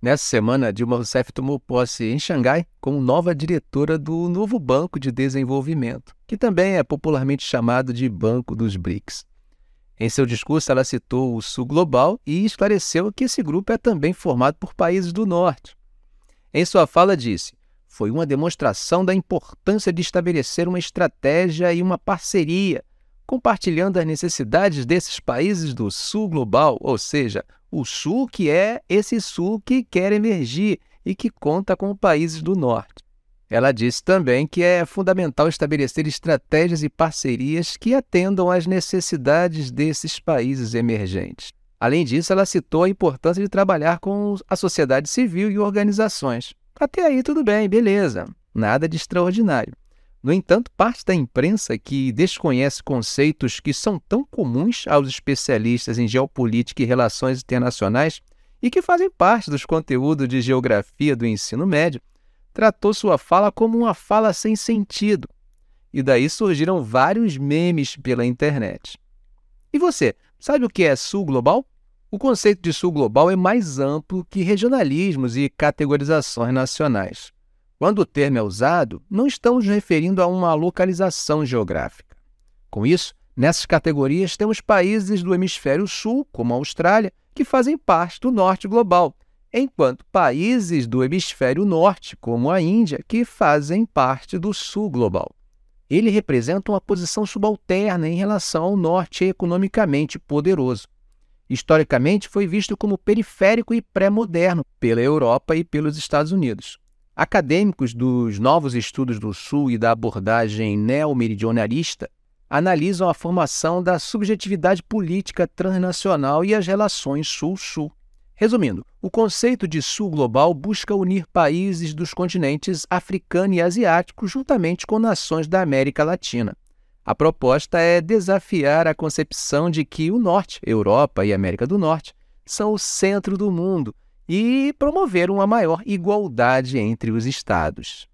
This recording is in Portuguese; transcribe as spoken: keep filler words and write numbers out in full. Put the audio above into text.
Nessa semana, Dilma Rousseff tomou posse em Xangai como nova diretora do novo Banco de Desenvolvimento, que também é popularmente chamado de Banco dos BRICS. Em seu discurso, ela citou o Sul Global e esclareceu que esse grupo é também formado por países do Norte. Em sua fala, disse: foi uma demonstração da importância de estabelecer uma estratégia e uma parceria, compartilhando as necessidades desses países do Sul Global, ou seja, o Sul que é esse Sul que quer emergir e que conta com países do Norte. Ela disse também que é fundamental estabelecer estratégias e parcerias que atendam às necessidades desses países emergentes. Além disso, ela citou a importância de trabalhar com a sociedade civil e organizações. Até aí tudo bem, beleza, nada de extraordinário. No entanto, parte da imprensa que desconhece conceitos que são tão comuns aos especialistas em geopolítica e relações internacionais e que fazem parte dos conteúdos de geografia do ensino médio, tratou sua fala como uma fala sem sentido. E daí surgiram vários memes pela internet. E você, sabe o que é Sul Global? O conceito de Sul Global é mais amplo que regionalismos e categorizações nacionais. Quando o termo é usado, não estamos nos referindo a uma localização geográfica. Com isso, nessas categorias temos países do hemisfério sul, como a Austrália, que fazem parte do norte global, enquanto países do hemisfério norte, como a Índia, que fazem parte do sul global. Ele representa uma posição subalterna em relação ao norte economicamente poderoso. Historicamente, foi visto como periférico e pré-moderno pela Europa e pelos Estados Unidos. Acadêmicos dos novos estudos do Sul e da abordagem neomeridionalista analisam a formação da subjetividade política transnacional e as relações Sul-Sul. Resumindo, o conceito de Sul Global busca unir países dos continentes africano e asiático juntamente com nações da América Latina. A proposta é desafiar a concepção de que o Norte, Europa e América do Norte, são o centro do mundo e promover uma maior igualdade entre os Estados.